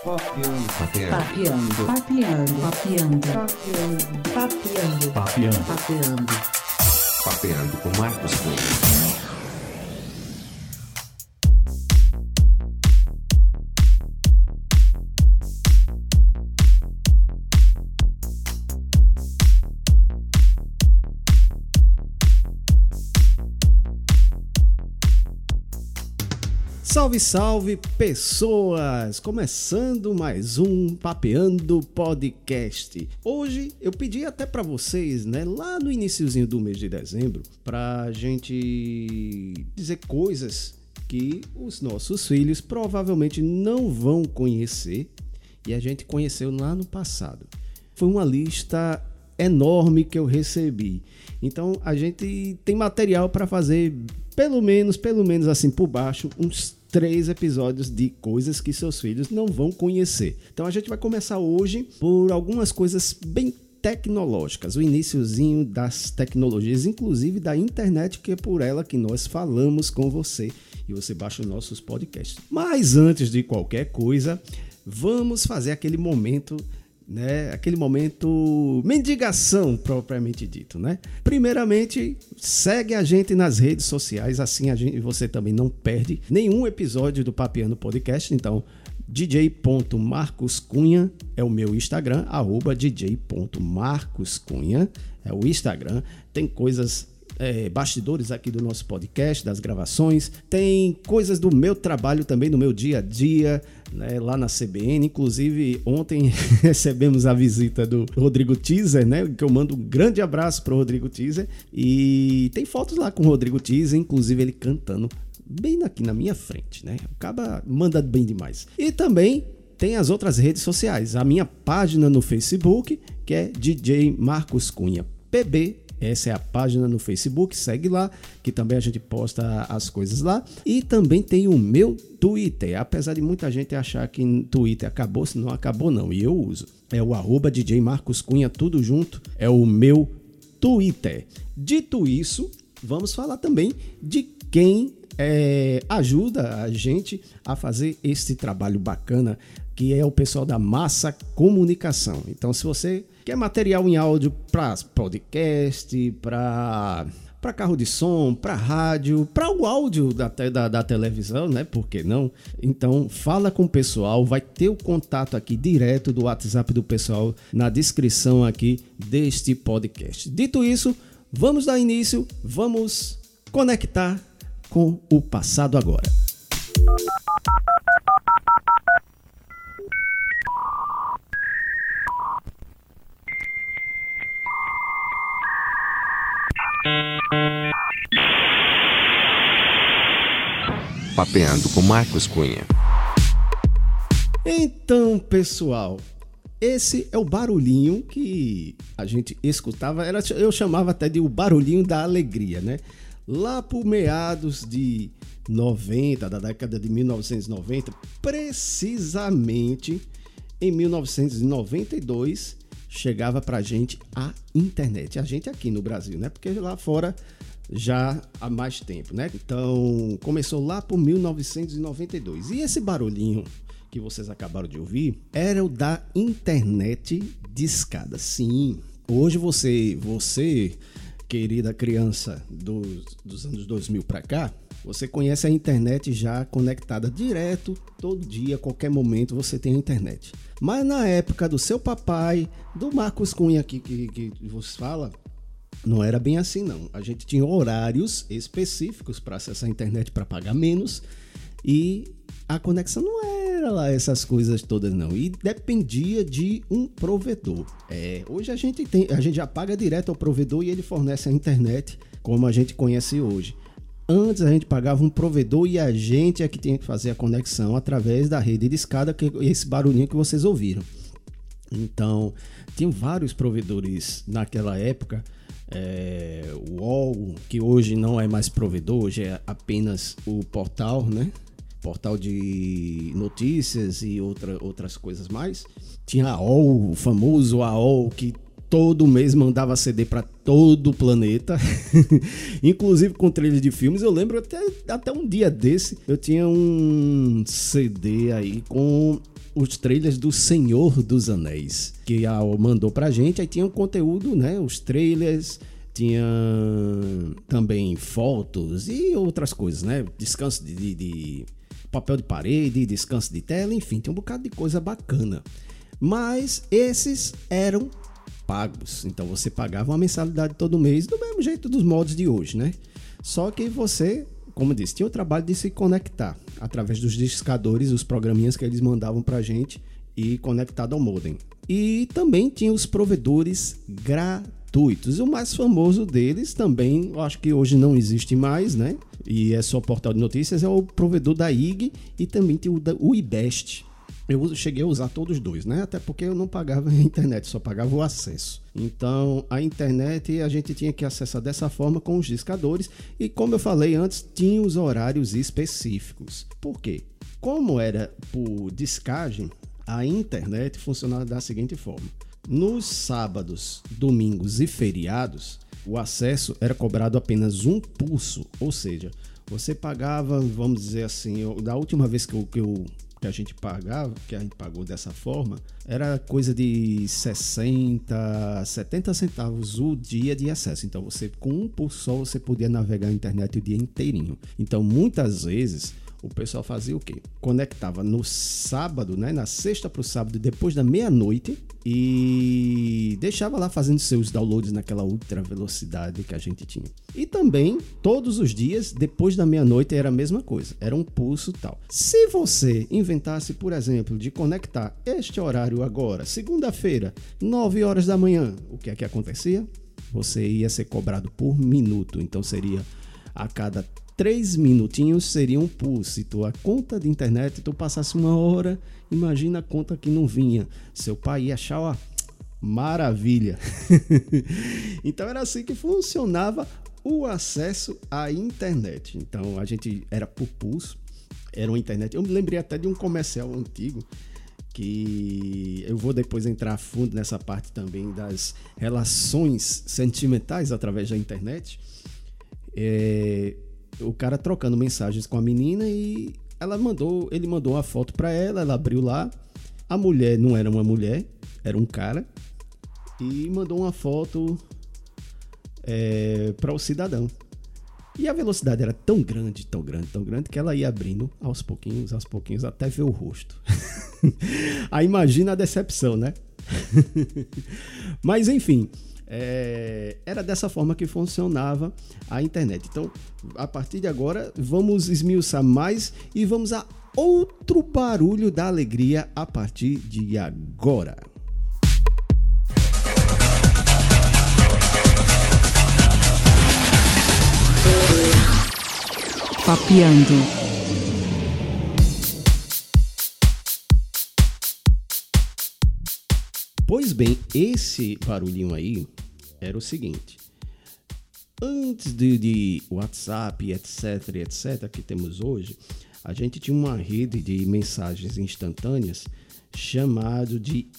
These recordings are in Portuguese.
Papeando. Papeando com Marcos Cunha. Salve, salve, pessoas! Começando mais um Papeando Podcast. Hoje eu pedi até para vocês, lá no iniciozinho do mês de dezembro, pra gente dizer coisas que os nossos filhos provavelmente não vão conhecer e a gente conheceu lá no passado. Foi uma lista enorme que eu recebi. Então a gente tem material para fazer pelo menos assim por baixo, uns 3 episódios de coisas que seus filhos não vão conhecer. Então a gente vai começar hoje por algumas coisas bem tecnológicas, o iniciozinho das tecnologias, inclusive da internet, que é por ela que nós falamos com você e você baixa os nossos podcasts. Mas antes de qualquer coisa, vamos fazer aquele momento, aquele momento mendigação propriamente dito, Primeiramente, segue a gente nas redes sociais, assim você também não perde nenhum episódio do Papeando Podcast. Então, dj.marcoscunha é o meu Instagram, @dj.marcoscunha é o Instagram. Tem coisas, bastidores aqui do nosso podcast, das gravações, tem coisas do meu trabalho também, do meu dia a dia, lá na CBN. Inclusive ontem recebemos a visita do Rodrigo Teaser, que eu mando um grande abraço para o Rodrigo Teaser, e tem fotos lá com o Rodrigo Teaser, inclusive ele cantando bem aqui na minha frente, Acaba mandando bem demais. E também tem as outras redes sociais, a minha página no Facebook, que é DJ Marcos Cunha PB. Essa é a página no Facebook, segue lá, que também a gente posta as coisas lá. E também tem o meu Twitter, apesar de muita gente achar que Twitter acabou, se não acabou não, e eu uso. É o @DJ Marcos Cunha, tudo junto, é o meu Twitter. Dito isso, vamos falar também de quem ajuda a gente a fazer esse trabalho bacana, que é o pessoal da Massa Comunicação. Então, se você quer material em áudio para podcast, para carro de som, para rádio, para o áudio da televisão, por que não? Então, fala com o pessoal, vai ter o contato aqui direto do WhatsApp do pessoal na descrição aqui deste podcast. Dito isso, vamos dar início, vamos conectar com o passado agora. Papeando com Marcos Cunha. Então, pessoal, esse é o barulhinho que a gente escutava, eu chamava até de o barulhinho da alegria, Lá por meados de 90, da década de 1990, precisamente em 1992, chegava pra gente a internet. A gente aqui no Brasil, Porque lá fora já há mais tempo, Então, começou lá por 1992. E esse barulhinho que vocês acabaram de ouvir era o da internet discada. Sim, hoje você querida criança dos anos 2000 para cá, você conhece a internet já conectada direto, todo dia, qualquer momento você tem a internet. Mas na época do seu papai, do Marcos Cunha aqui que você fala, não era bem assim não. A gente tinha horários específicos para acessar a internet para pagar menos e a conexão não era lá essas coisas todas não, e dependia de um provedor. Hoje a gente já paga direto ao provedor e ele fornece a internet como a gente conhece hoje. Antes a gente pagava um provedor e a gente é que tinha que fazer a conexão através da rede de escada, que é esse barulhinho que vocês ouviram. Então, tinha vários provedores naquela época. O UOL, que hoje não é mais provedor, hoje é apenas o portal, Portal de notícias e outras coisas mais. Tinha a AOL, o famoso AOL, que todo mês mandava CD para todo o planeta, inclusive com trilhas de filmes. Eu lembro até um dia desse, eu tinha um CD aí com os trailers do Senhor dos Anéis, que a mandou pra gente. Aí tinha um conteúdo, né? Os trailers, tinha também fotos e outras coisas, né? Descanso de papel de parede, descanso de tela, enfim, tinha um bocado de coisa bacana. Mas esses eram pagos, então você pagava uma mensalidade todo mês, do mesmo jeito dos mods de hoje, né? Só que você, como eu disse, tinha o trabalho de se conectar através dos discadores, os programinhas que eles mandavam pra gente e conectado ao modem. E também tinha os provedores gratuitos. O mais famoso deles também, eu acho que hoje não existe mais, né? E é só portal de notícias, é o provedor da IG e também tem o IBEST. Eu cheguei a usar todos dois, né? Até porque eu não pagava a internet, só pagava o acesso. Então, a internet a gente tinha que acessar dessa forma com os discadores. E como eu falei antes, tinha os horários específicos. Por quê? Como era por discagem, a internet funcionava da seguinte forma. Nos sábados, domingos e feriados, o acesso era cobrado apenas um pulso. Ou seja, você pagava, vamos dizer assim, da última vez que a gente pagava, que a gente pagou dessa forma, era coisa de 60, 70 centavos o dia de acesso. Então, você com um pulso só, você podia navegar a internet o dia inteirinho. Então, muitas vezes, o pessoal fazia o quê? Conectava no sábado, né? Na sexta para o sábado, depois da meia-noite, e deixava lá fazendo seus downloads naquela ultra velocidade que a gente tinha. E também, todos os dias, depois da meia-noite, era a mesma coisa. Era um pulso tal. Se você inventasse, por exemplo, de conectar este horário agora, segunda-feira, 9 horas da manhã, o que é que acontecia? Você ia ser cobrado por minuto. Então, seria a cada 3 minutinhos seria um pulso. Se tua conta de internet tu passasse 1 hora, imagina a conta que não vinha. Seu pai ia achar, ó, maravilha. Então era assim que funcionava o acesso à internet. Então a gente era por pulso, era uma internet. Eu me lembrei até de um comercial antigo, que eu vou depois entrar a fundo nessa parte também das relações sentimentais através da internet. O cara trocando mensagens com a menina e ele mandou uma foto pra ela abriu lá, a mulher não era uma mulher, era um cara, e mandou uma foto para o cidadão. E a velocidade era tão grande, que ela ia abrindo aos pouquinhos, até ver o rosto. Aí imagina a decepção, né? Mas enfim, era dessa forma que funcionava a internet. Então, a partir de agora, vamos esmiuçar mais e vamos a outro barulho da alegria a partir de agora. Papeando. Pois bem, esse barulhinho aí era o seguinte. Antes de WhatsApp, etc, que temos hoje, a gente tinha uma rede de mensagens instantâneas chamado de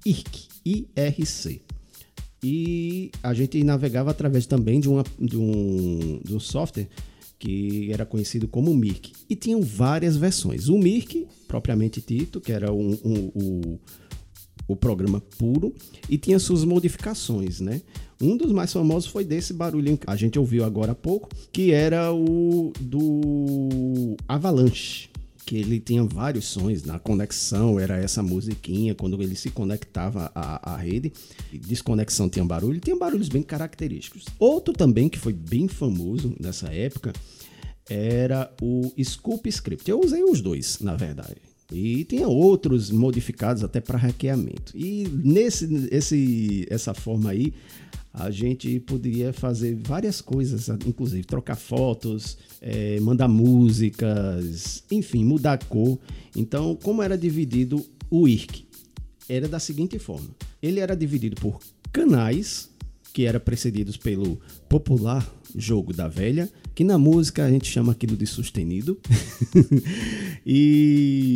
IRC. E a gente navegava através também de um software que era conhecido como Mirk. E tinham várias versões. O Mirk, propriamente dito, que era o programa puro, e tinha suas modificações, né? Um dos mais famosos foi desse barulhinho que a gente ouviu agora há pouco, que era o do Avalanche, que ele tinha vários sons na conexão, era essa musiquinha, quando ele se conectava à rede, e desconexão tinha barulhos bem característicos. Outro também que foi bem famoso nessa época era o Scoop Script. Eu usei os dois, na verdade. E tinha outros modificados até para hackeamento. E essa forma aí, a gente poderia fazer várias coisas, inclusive trocar fotos, mandar músicas, enfim, mudar a cor. Então, como era dividido o IRC? Era da seguinte forma. Ele era dividido por canais, que eram precedidos pelo popular jogo da velha, que na música a gente chama aquilo de sustenido. E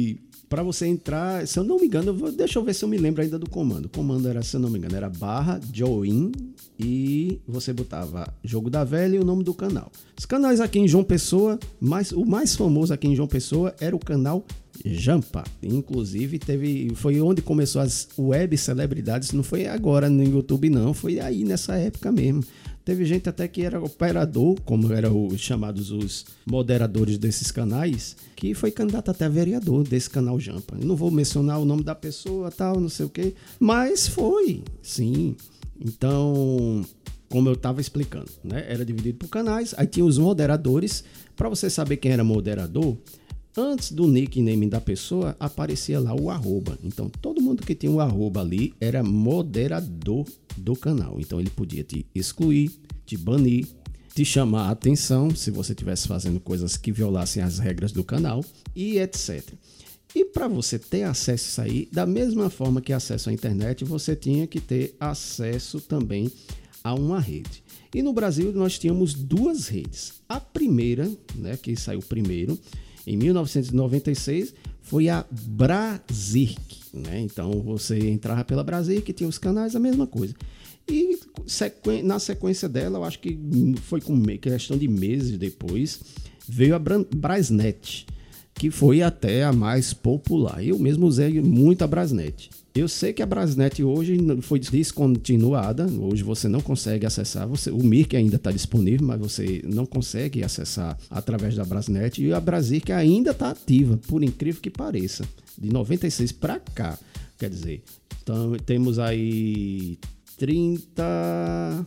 para você entrar, se eu não me engano, deixa eu ver se eu me lembro ainda do comando. O comando era, se eu não me engano, era /join e você botava Jogo da Velha e o nome do canal. Os canais aqui em João Pessoa, o mais famoso aqui em João Pessoa era o canal Jampa. Inclusive, foi onde começou as web celebridades, não foi agora no YouTube não, foi aí nessa época mesmo. Teve gente até que era operador, como eram chamados os moderadores desses canais, que foi candidato até a vereador desse canal Jampa. Eu não vou mencionar o nome da pessoa, tal, não sei o quê, mas foi, sim. Então, como eu estava explicando, né? Era dividido por canais, aí tinha os moderadores. Para você saber quem era moderador, antes do nickname da pessoa, aparecia lá o arroba. Então, todo mundo que tinha um arroba ali era moderador do canal. Então, ele podia te excluir, te banir, te chamar a atenção se você estivesse fazendo coisas que violassem as regras do canal e etc. E para você ter acesso a isso aí, da mesma forma que acesso à internet, você tinha que ter acesso também a uma rede. E no Brasil, nós tínhamos duas redes. A primeira, né, que saiu primeiro, em 1996, foi a Brasirc, né? Então você entrava pela Brasirc, tinha os canais, a mesma coisa. E na sequência dela, eu acho que foi com questão de meses depois, veio a Brasnet, que foi até a mais popular. Eu mesmo usei muito a Brasnet. Eu sei que a Brasnet hoje foi descontinuada, hoje você não consegue acessar, o Mirk ainda está disponível, mas você não consegue acessar através da Brasnet, e a Brasirc ainda está ativa, por incrível que pareça, de 96 para cá, quer dizer, então temos aí 30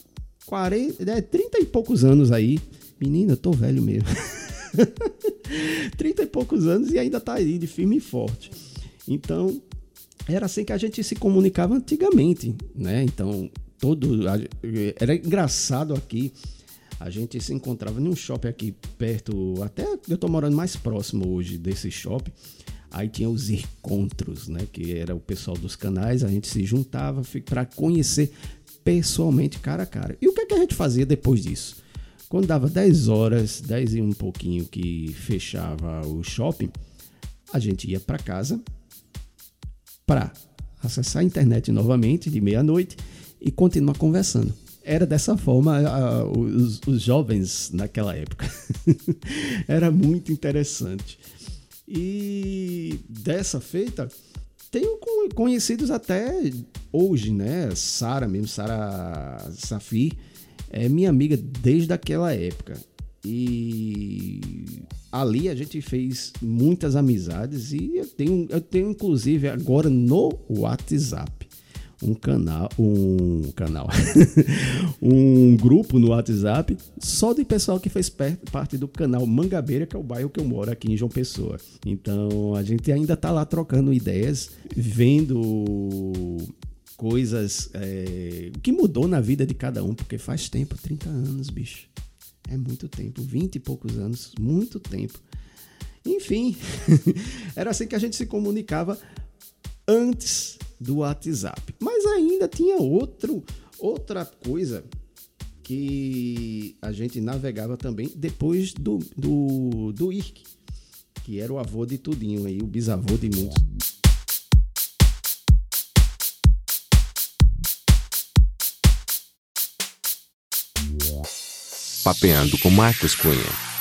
e poucos anos aí, menina, eu tô velho mesmo, 30 e poucos anos e ainda está aí de firme e forte, então era assim que a gente se comunicava antigamente, né? Então, era engraçado aqui, a gente se encontrava num shopping aqui perto, até eu tô morando mais próximo hoje desse shopping, aí tinha os encontros, né? Que era o pessoal dos canais, a gente se juntava para conhecer pessoalmente, cara a cara. E o que é que a gente fazia depois disso? Quando dava 10 horas, 10 e um pouquinho que fechava o shopping, a gente ia para casa, para acessar a internet novamente de meia-noite e continuar conversando. Era dessa forma os jovens naquela época. Era muito interessante. E dessa feita, tenho conhecidos até hoje, né? Sara Safir é minha amiga desde aquela época. E ali a gente fez muitas amizades e eu tenho inclusive agora no WhatsApp um grupo no WhatsApp só de pessoal que fez parte do canal Mangabeira, que é o bairro que eu moro aqui em João Pessoa. Então a gente ainda tá lá trocando ideias, vendo coisas, o que mudou na vida de cada um, porque faz tempo, 30 anos, bicho. É muito tempo, 20 e poucos anos, muito tempo. Enfim, era assim que a gente se comunicava antes do WhatsApp. Mas ainda tinha outra coisa que a gente navegava também depois do IRC, que era o avô de tudinho aí, o bisavô de muitos. Papeando com Marcos Cunha.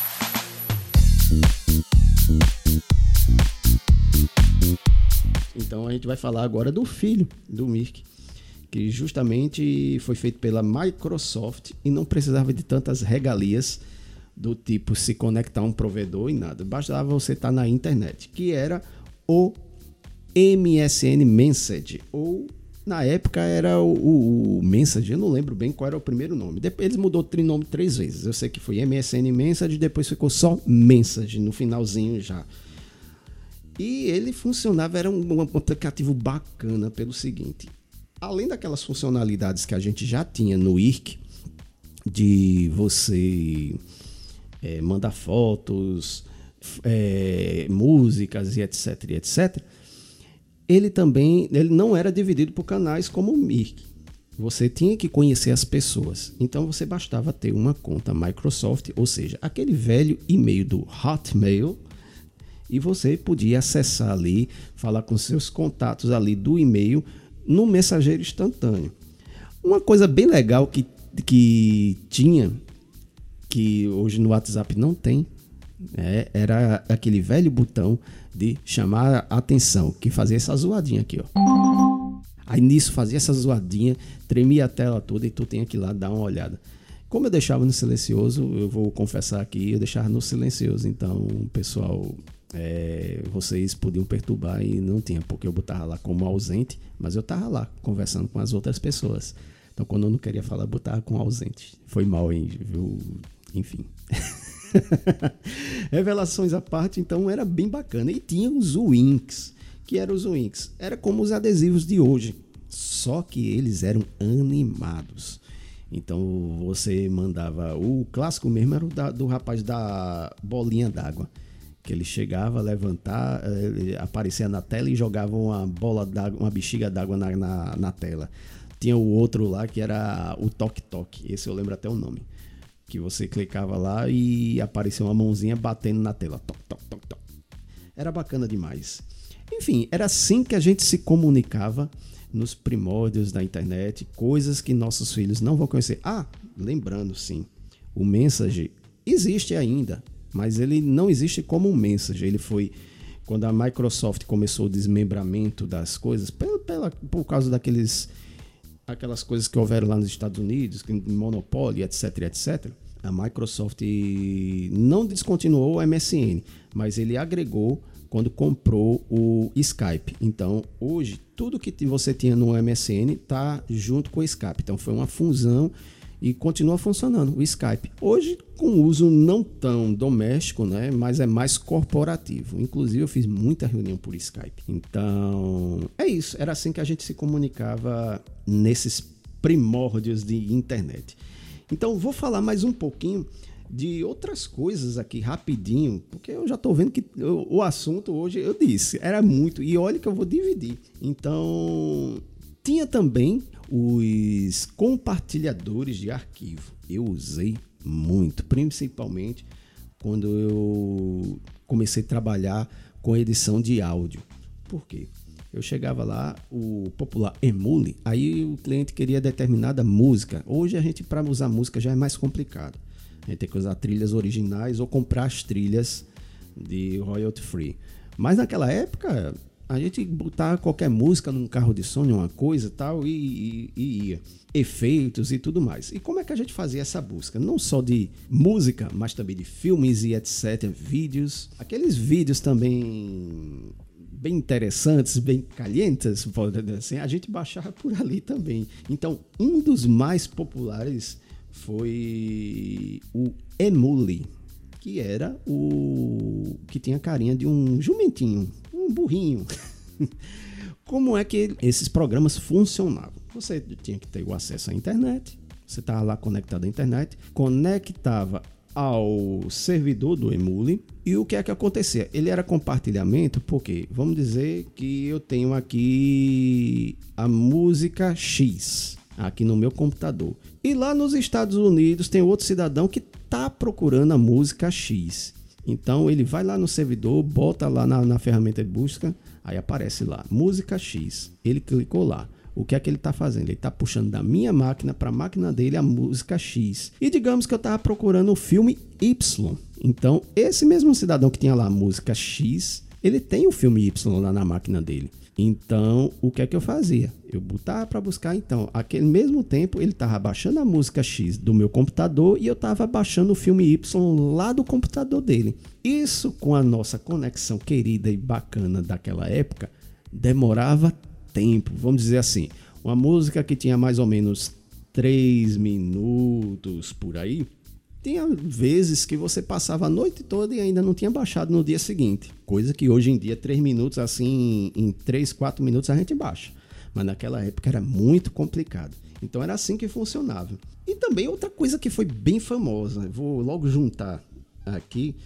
Então a gente vai falar agora do filho do Mirk, que justamente foi feito pela Microsoft e não precisava de tantas regalias do tipo se conectar a um provedor e nada. Bastava você estar na internet, que era o MSN Message, ou na época era o Message, eu não lembro bem qual era o primeiro nome. Depois eles mudou o nome 3 vezes. Eu sei que foi MSN Message, depois ficou só Message no finalzinho já. E ele funcionava, era um aplicativo bacana pelo seguinte: além daquelas funcionalidades que a gente já tinha no IRC, de você mandar fotos, músicas e etc, etc, ele não era dividido por canais como o Mirk. Você tinha que conhecer as pessoas. Então você bastava ter uma conta Microsoft, ou seja, aquele velho e-mail do Hotmail, e você podia acessar ali, falar com seus contatos ali do e-mail no mensageiro instantâneo. Uma coisa bem legal que tinha, que hoje no WhatsApp não tem, era aquele velho botão de chamar a atenção, que fazia essa zoadinha aqui, ó. Aí nisso fazia essa zoadinha, tremia a tela toda e tu tinha que ir lá dar uma olhada. Como eu deixava no silencioso, eu vou confessar aqui, eu deixava no silencioso, então, pessoal, vocês podiam perturbar e não tinha, porque eu botava lá como ausente, mas eu tava lá conversando com as outras pessoas. Então, quando eu não queria falar, eu botava com ausente. Foi mal, hein, viu? Enfim. Revelações à parte, então era bem bacana. E tinha os Winx, que eram os Winx. Era como os adesivos de hoje, só que eles eram animados. Então você mandava, o clássico mesmo era o do rapaz da bolinha d'água, que ele chegava a levantar, aparecia na tela e jogava uma bola d'água, uma bexiga d'água na tela. Tinha o outro lá que era o toque-toque, esse eu lembro até o nome, que você clicava lá e aparecia uma mãozinha batendo na tela, toc, toc, toc, toc. Era bacana demais. Enfim, era assim que a gente se comunicava nos primórdios da internet, coisas que nossos filhos não vão conhecer. Lembrando sim, o Messenger existe ainda, mas ele não existe como um Messenger. Ele foi, quando a Microsoft começou o desmembramento das coisas, por causa aquelas coisas que houveram lá nos Estados Unidos, monopólio, etc, etc. A Microsoft não descontinuou o MSN, mas ele agregou quando comprou o Skype. Então, hoje, tudo que você tinha no MSN está junto com o Skype. Então, foi uma fusão e continua funcionando o Skype. Hoje, com uso não tão doméstico, né, mas é mais corporativo. Inclusive, eu fiz muita reunião por Skype. Então, é isso. Era assim que a gente se comunicava nesses primórdios de internet. Então, vou falar mais um pouquinho de outras coisas aqui rapidinho, porque eu já estou vendo que o assunto hoje, eu disse, era muito, e olha que eu vou dividir. Então, tinha também os compartilhadores de arquivo. Eu usei muito, principalmente quando eu comecei a trabalhar com edição de áudio. Por quê? Eu chegava lá, o popular Emule, aí o cliente queria determinada música. Hoje a gente, para usar música, já é mais complicado. A gente tem que usar trilhas originais ou comprar as trilhas de royalty free. Mas naquela época, a gente botava qualquer música num carro de som, uma coisa e tal, e ia. Efeitos e tudo mais. E como é que a gente fazia essa busca? Não só de música, mas também de filmes e etc. Vídeos. Aqueles vídeos também bem interessantes, bem calientes, assim, a gente baixava por ali também. Então, um dos mais populares foi o Emule, que era o que tinha a carinha de um jumentinho, um burrinho. Como é que esses programas funcionavam? Você tinha que ter o acesso à internet, você estava lá conectado à internet, conectava ao servidor do Emule, e o que é que acontecia? Ele era compartilhamento, porque vamos dizer que eu tenho aqui a música X aqui no meu computador. E lá nos Estados Unidos tem outro cidadão que está procurando a música X. Então ele vai lá no servidor, bota lá na ferramenta de busca, aí aparece lá, música X. Ele clicou lá. O que é que ele está fazendo? Ele está puxando da minha máquina para a máquina dele a música X. E digamos que eu estava procurando o filme Y. Então esse mesmo cidadão que tinha lá a música X, ele tem o filme Y lá na máquina dele. Então, o que é que eu fazia? Eu botava para buscar, então, aquele mesmo tempo, ele estava baixando a música X do meu computador e eu estava baixando o filme Y lá do computador dele. Isso, com a nossa conexão querida e bacana daquela época, demorava tempo. Vamos dizer assim, uma música que tinha mais ou menos 3 minutos por aí, tinha vezes que você passava a noite toda e ainda não tinha baixado no dia seguinte. Coisa que hoje em dia, 3 minutos, assim, em 3, 4 minutos a gente baixa. Mas naquela época era muito complicado. Então era assim que funcionava. E também outra coisa que foi bem famosa, vou logo juntar aqui,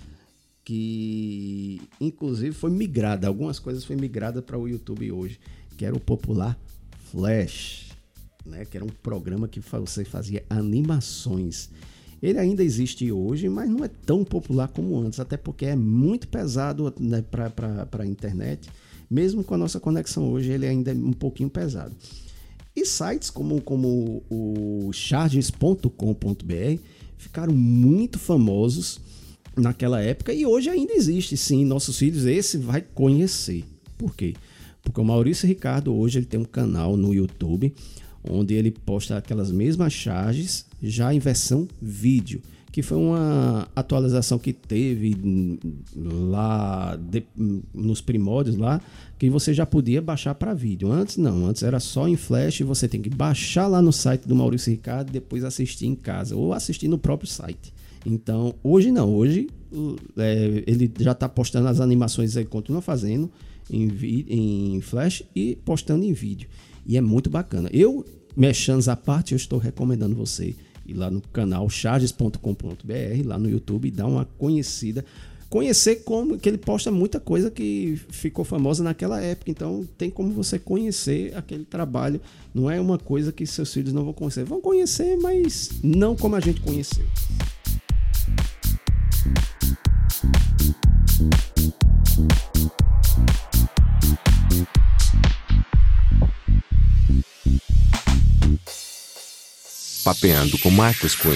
que inclusive foi migrada, algumas coisas foi migrada para o YouTube hoje, que era o popular Flash, né? Que era um programa que você fazia animações. Ele ainda existe hoje, mas não é tão popular como antes, até porque é muito pesado, né, para a internet. Mesmo com a nossa conexão hoje, ele ainda é um pouquinho pesado. E sites como o charges.com.br ficaram muito famosos naquela época e hoje ainda existe, sim. Nossos filhos, esse vai conhecer. Por quê? Porque o Maurício Ricardo hoje ele tem um canal no YouTube onde ele posta aquelas mesmas charges já em versão vídeo, que foi uma atualização que teve lá nos primórdios lá, que você já podia baixar para vídeo. Antes não, antes era só em flash, você tem que baixar lá no site do Maurício Ricardo e depois assistir em casa ou assistir no próprio site. Então, hoje não, hoje ele já está postando as animações, ele continua fazendo em flash e postando em vídeo. E é muito bacana. Eu, mexendo à parte, eu estou recomendando você ir lá no canal charges.com.br, lá no YouTube, e dar uma conhecida. Conhecer como que ele posta muita coisa que ficou famosa naquela época. Então tem como você conhecer aquele trabalho. Não é uma coisa que seus filhos não vão conhecer. Vão conhecer, mas não como a gente conheceu. Papeando com Marcos Cunha.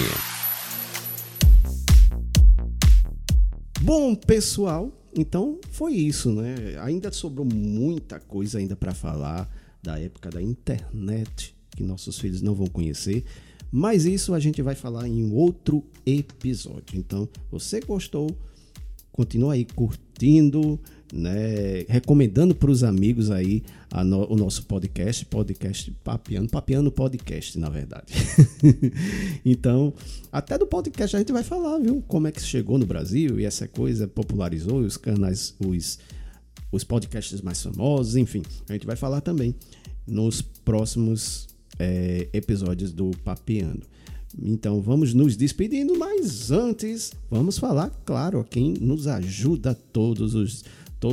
Bom, pessoal, então foi isso, né? Ainda sobrou muita coisa ainda para falar da época da internet que nossos filhos não vão conhecer, mas isso a gente vai falar em outro episódio. Então, você gostou? Continua aí curtindo, né? Recomendando para os amigos aí o nosso podcast Papeando Podcast, na verdade. Então, até do podcast a gente vai falar, viu? Como é que chegou no Brasil e essa coisa popularizou os canais, os podcasts mais famosos, enfim. A gente vai falar também nos próximos episódios do Papeando. Então vamos nos despedindo, mas antes vamos falar, claro, quem nos ajuda todos os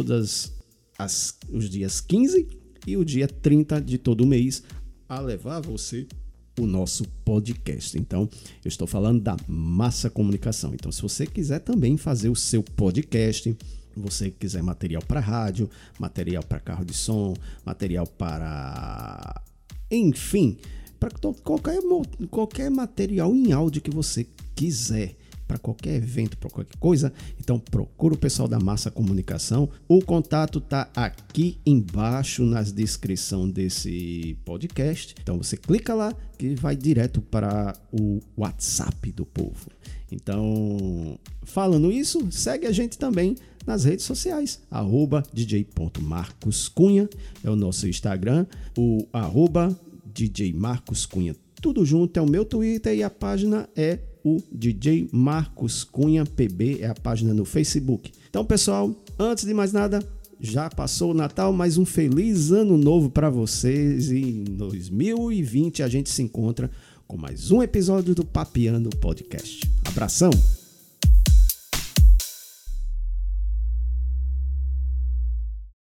dias 15 e o dia 30 de todo mês a levar a você o nosso podcast. Então, eu estou falando da Massa Comunicação. Então, se você quiser também fazer o seu podcast, você quiser material para rádio, material para carro de som, material para... enfim, para qualquer material em áudio que você quiser, para qualquer evento, para qualquer coisa, então procura o pessoal da Massa Comunicação. O contato está aqui embaixo na descrição desse podcast. Então você clica lá que vai direto para o WhatsApp do povo. Então, falando isso, segue a gente também nas redes sociais, @dj.marcoscunha é o nosso Instagram, o @DJ Marcos Cunha, tudo junto, é o meu Twitter e a página é o DJ Marcos Cunha PB, é a página no Facebook. Então, pessoal, antes de mais nada, já passou o Natal, mas um feliz ano novo para vocês e em 2020 a gente se encontra com mais um episódio do Papeando Podcast. Abração!